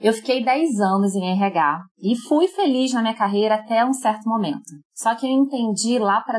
Eu fiquei 10 anos em RH e fui feliz na minha carreira até um certo momento. Só que eu entendi lá para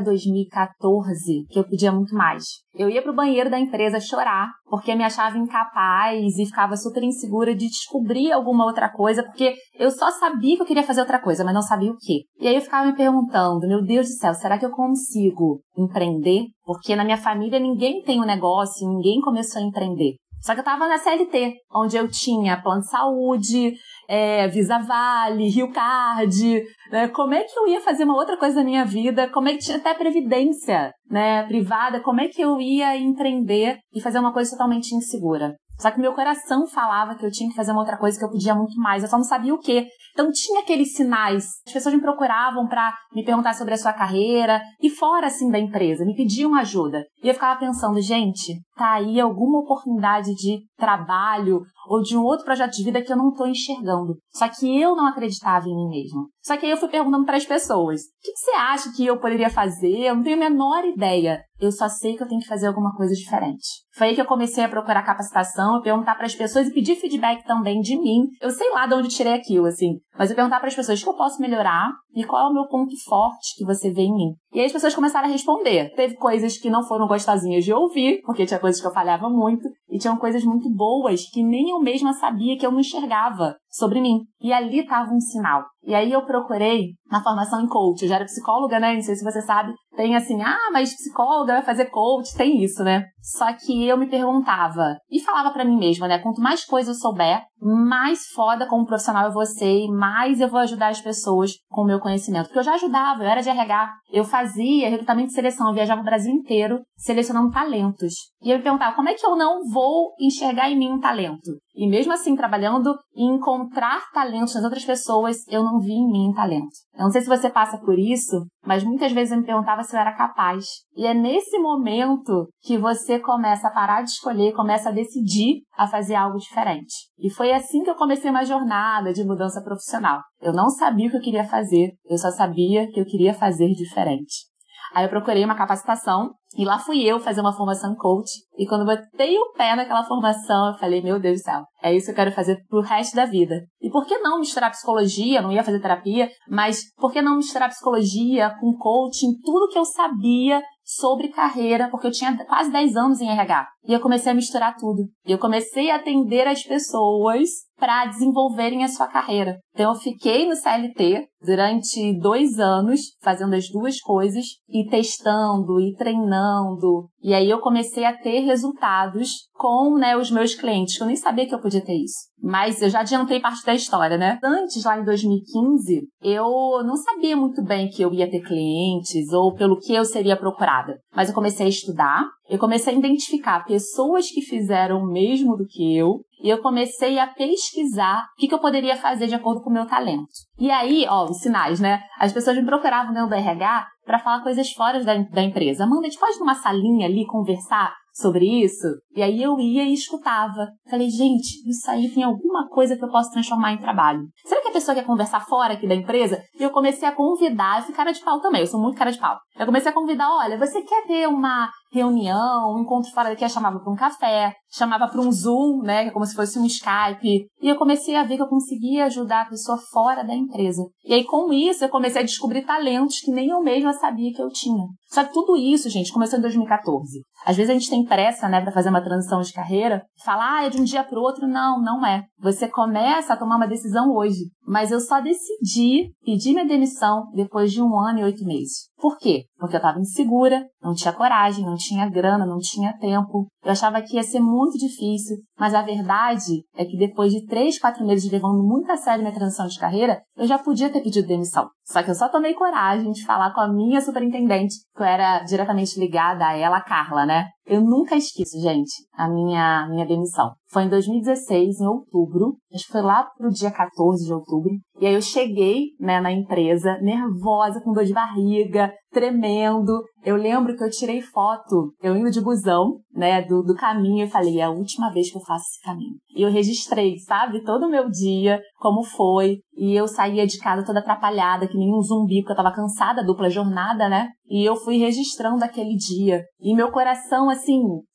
2014 que eu podia muito mais. Eu ia pro banheiro da empresa chorar porque eu me achava incapaz e ficava super insegura de descobrir alguma outra coisa, porque eu só sabia que eu queria fazer outra coisa, mas não sabia o quê. E aí eu ficava me perguntando, meu Deus do céu, será que eu consigo empreender? Porque na minha família ninguém tem um negócio, ninguém começou a empreender. Só que eu tava na CLT, onde eu tinha plano de saúde, Visa Vale, Rio Card, né? Como é que eu ia fazer uma outra coisa na minha vida? Como é que tinha até previdência, né, privada? Como é que eu ia empreender e fazer uma coisa totalmente insegura? Só que meu coração falava que eu tinha que fazer uma outra coisa, que eu podia muito mais, eu só não sabia o quê. Então tinha aqueles sinais. As pessoas me procuravam pra me perguntar sobre a sua carreira e fora, assim, da empresa, me pediam ajuda. E eu ficava pensando, gente, tá aí alguma oportunidade de trabalho ou de um outro projeto de vida que eu não tô enxergando. Só que eu não acreditava em mim mesma. Só que aí eu fui perguntando para as pessoas, o que você acha que eu poderia fazer? Eu não tenho a menor ideia. Eu só sei que eu tenho que fazer alguma coisa diferente. Foi aí que eu comecei a procurar capacitação, perguntar para as pessoas e pedir feedback também de mim. Eu sei lá de onde tirei aquilo, assim. Mas eu perguntar para as pessoas o que eu posso melhorar e qual é o meu ponto forte que você vê em mim. E aí as pessoas começaram a responder. Teve coisas que não foram gostosinhas de ouvir, porque tinha coisas que eu falhava muito, e tinham coisas muito boas que nem eu mesma sabia, que eu não enxergava sobre mim. E ali estava um sinal. E aí eu procurei na formação em coach. Eu já era psicóloga, né? Não sei se você sabe. Tem assim, mas psicóloga vai fazer coach. Tem isso, né? Só que eu me perguntava e falava pra mim mesma, né? Quanto mais coisa eu souber, mais foda como profissional eu vou ser e mais eu vou ajudar as pessoas com o meu conhecimento. Porque eu já ajudava, eu era de RH. Eu fazia recrutamento de seleção, eu viajava o Brasil inteiro selecionando talentos. E eu me perguntava, como é que eu não vou enxergar em mim um talento? E mesmo assim, trabalhando em encontrar talentos nas outras pessoas, eu não vi em mim um talento. Eu não sei se você passa por isso, mas muitas vezes eu me perguntava se eu era capaz. E é nesse momento que você começa a parar de escolher, começa a decidir a fazer algo diferente. E foi assim que eu comecei uma jornada de mudança profissional. Eu não sabia o que eu queria fazer, eu só sabia que eu queria fazer diferente. Aí eu procurei uma capacitação e lá fui eu fazer uma formação em coach. E quando eu botei o pé naquela formação, eu falei, meu Deus do céu, é isso que eu quero fazer pro resto da vida. E por que não misturar psicologia? Eu não ia fazer terapia, mas por que não misturar psicologia com coaching, tudo que eu sabia sobre carreira, porque eu tinha quase 10 anos em RH. E eu comecei a misturar tudo. E eu comecei a atender as pessoas para desenvolverem a sua carreira. Então eu fiquei no CLT durante 2 anos, fazendo as duas coisas, e testando, e treinando. E aí eu comecei a ter resultados com, né, os meus clientes, que eu nem sabia que eu podia ter isso. Mas eu já adiantei parte da história, né? Antes, lá em 2015, eu não sabia muito bem que eu ia ter clientes ou pelo que eu seria procurada. Mas eu comecei a estudar, eu comecei a identificar pessoas que fizeram o mesmo do que eu, e eu comecei a pesquisar o que eu poderia fazer de acordo com o meu talento. E aí, os sinais, né? As pessoas me procuravam dentro do RH para falar coisas fora da empresa. Amanda, a gente pode ir numa salinha ali conversar sobre isso? E aí eu ia e escutava. Falei, gente, isso aí tem alguma coisa que eu posso transformar em trabalho. Será que a pessoa quer conversar fora aqui da empresa? E eu comecei a convidar, eu fui cara de pau também, eu sou muito cara de pau. Eu comecei a convidar, olha, você quer ter uma reunião, um encontro fora daqui, eu chamava para um café, chamava para um Zoom, né, que é como se fosse um Skype, e eu comecei a ver que eu conseguia ajudar a pessoa fora da empresa. E aí, com isso, eu comecei a descobrir talentos que nem eu mesma sabia que eu tinha. Só que tudo isso, gente, começou em 2014. Às vezes a gente tem pressa, né, para fazer uma transição de carreira, falar, é de um dia para o outro. Não, não é. Você começa a tomar uma decisão hoje. Mas eu só decidi pedir minha demissão depois de 1 ano e 8 meses. Por quê? Porque eu estava insegura, não tinha coragem, não tinha grana, não tinha tempo. Eu achava que ia ser muito difícil, mas a verdade é que depois de 3, 4 meses levando muito a sério minha transição de carreira, eu já podia ter pedido demissão. Só que eu só tomei coragem de falar com a minha superintendente, que eu era diretamente ligada a ela, a Carla, né? Eu nunca esqueço, gente, a minha demissão. Foi em 2016, em outubro. Acho que foi lá pro dia 14 de outubro. E aí eu cheguei, né, na empresa, nervosa, com dor de barriga, tremendo. Eu lembro que eu tirei foto, eu indo de busão, né, do caminho, e falei, é a última vez que eu faço esse caminho. E eu registrei, sabe, todo o meu dia, como foi. E eu saía de casa toda atrapalhada, que nem um zumbi, porque eu tava cansada, dupla jornada, né? E eu fui registrando aquele dia. E meu coração, assim,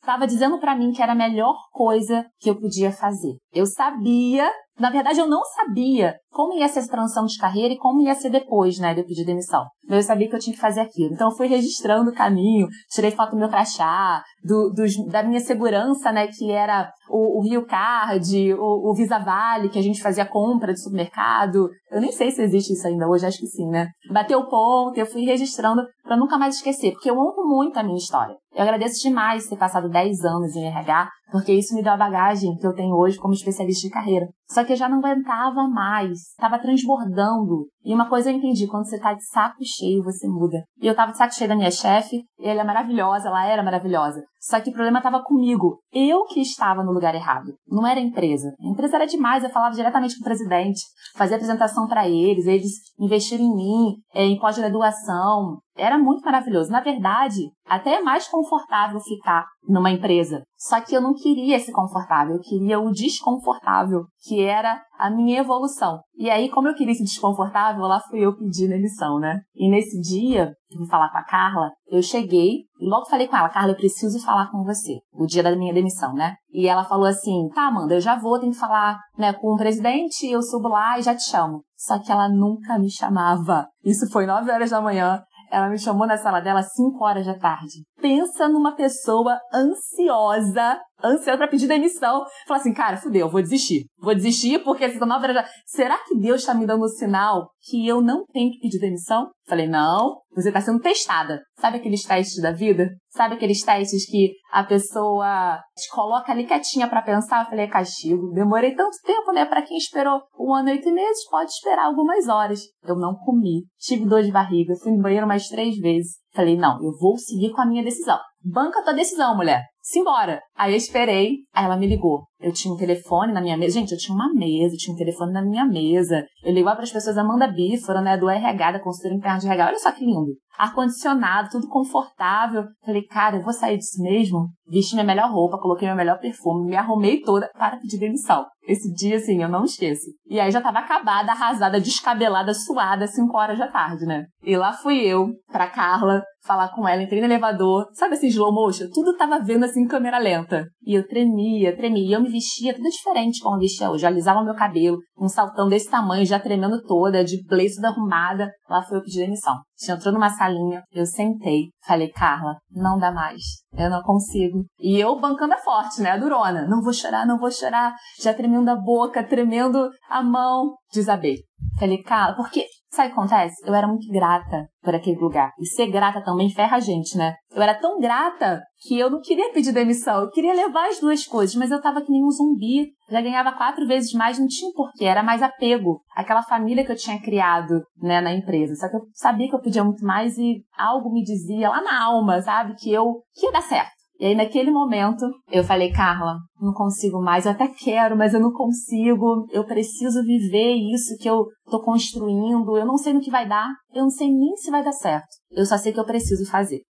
estava dizendo para mim que era a melhor coisa que eu podia fazer. Eu sabia, na verdade eu não sabia como ia ser essa transição de carreira e como ia ser depois, né, de eu pedir demissão. Mas eu sabia que eu tinha que fazer aquilo. Então eu fui registrando o caminho, tirei foto do meu crachá, da minha segurança, né, que era o Rio Card, o Visa Vale, que a gente fazia compra de supermercado. Eu nem sei se existe isso ainda hoje, acho que sim, né? Bateu o ponto, eu fui registrando para nunca mais esquecer, porque eu honro muito a minha história. Eu agradeço demais ter passado 10 anos em RH, porque isso me deu a bagagem que eu tenho hoje como especialista de carreira. Só que eu já não aguentava mais, estava transbordando. E uma coisa eu entendi, quando você tá de saco cheio, você muda. E eu tava de saco cheio da minha chefe, ela é maravilhosa, ela era maravilhosa. Só que o problema tava comigo. Eu que estava no lugar errado, não era a empresa. A empresa era demais, eu falava diretamente com o presidente, fazia apresentação para eles investiram em mim, em pós-graduação. Era muito maravilhoso. Na verdade, até é mais confortável ficar numa empresa. Só que eu não queria esse confortável, eu queria o desconfortável, que era a minha evolução. E aí, como eu queria esse desconfortável, lá fui eu pedindo demissão, né? E nesse dia, eu vou falar com a Carla, eu cheguei e logo falei com ela, Carla, eu preciso falar com você, o dia da minha demissão, né? E ela falou assim, tá, Amanda, eu já vou, tenho que falar, né, com o presidente, eu subo lá e já te chamo. Só que ela nunca me chamava. Isso foi 9 horas da manhã. Ela me chamou na sala dela às 5 horas da tarde. Pensa numa pessoa ansiosa pra pedir demissão. Fala assim, cara, fudeu, vou desistir. Vou desistir porque se 9 horas da... Será que Deus tá me dando um sinal que eu não tenho que pedir demissão? Falei, não, você tá sendo testada. Sabe aqueles testes da vida? Sabe aqueles testes que a pessoa te coloca ali quietinha pra pensar? Eu falei, é castigo. Demorei tanto tempo, né? Pra quem esperou 1 ano e 8 meses, pode esperar algumas horas. Eu não comi. Tive dor de barriga. Fui no banheiro mais 3 vezes. Falei, não, eu vou seguir com a minha decisão. Banca a tua decisão, mulher. Simbora. Aí eu esperei, aí ela me ligou. Eu tinha um telefone na minha mesa. Gente, eu tinha uma mesa, eu tinha um telefone na minha mesa. Eu ligava para as pessoas, Amanda Bífora, né, do RH, da consultoria interna de RH. Olha só que lindo. Ar-condicionado, tudo confortável. Falei, cara, eu vou sair disso mesmo? Vesti minha melhor roupa, coloquei meu melhor perfume, me arrumei toda para pedir demissão. Esse dia, assim, eu não esqueço. E aí já tava acabada, arrasada, descabelada, suada, 5 horas da tarde, né? E lá fui eu, pra Carla, falar com ela, entrei no elevador, sabe assim, slow motion? Tudo tava vendo assim em câmera lenta. E eu tremia. E eu me vestia tudo diferente como eu vestia hoje. Eu alisava meu cabelo, um saltão desse tamanho, já tremendo toda, de blazer toda arrumada. Lá fui eu pedir demissão. A gente entrou numa salinha, eu sentei, falei, Carla, não dá mais. Eu não consigo. E eu bancando a forte, né, a durona. Não vou chorar, não vou chorar. Já tremendo a boca, tremendo a mão. Desabei. Falei, Carla, porque... Sabe o que acontece? Eu era muito grata por aquele lugar. E ser grata também ferra a gente, né? Eu era tão grata que eu não queria pedir demissão. Eu queria levar as duas coisas, mas eu tava que nem um zumbi. Já ganhava 4 vezes mais, não tinha porquê. Era mais apego. Aquela família que eu tinha criado, né, na empresa. Só que eu sabia que eu podia muito mais e algo me dizia lá na alma, sabe? Que ia dar certo. E aí, naquele momento, eu falei, Carla, não consigo mais, eu até quero, mas eu não consigo, eu preciso viver isso que eu tô construindo, eu não sei no que vai dar, eu não sei nem se vai dar certo, eu só sei que eu preciso fazer.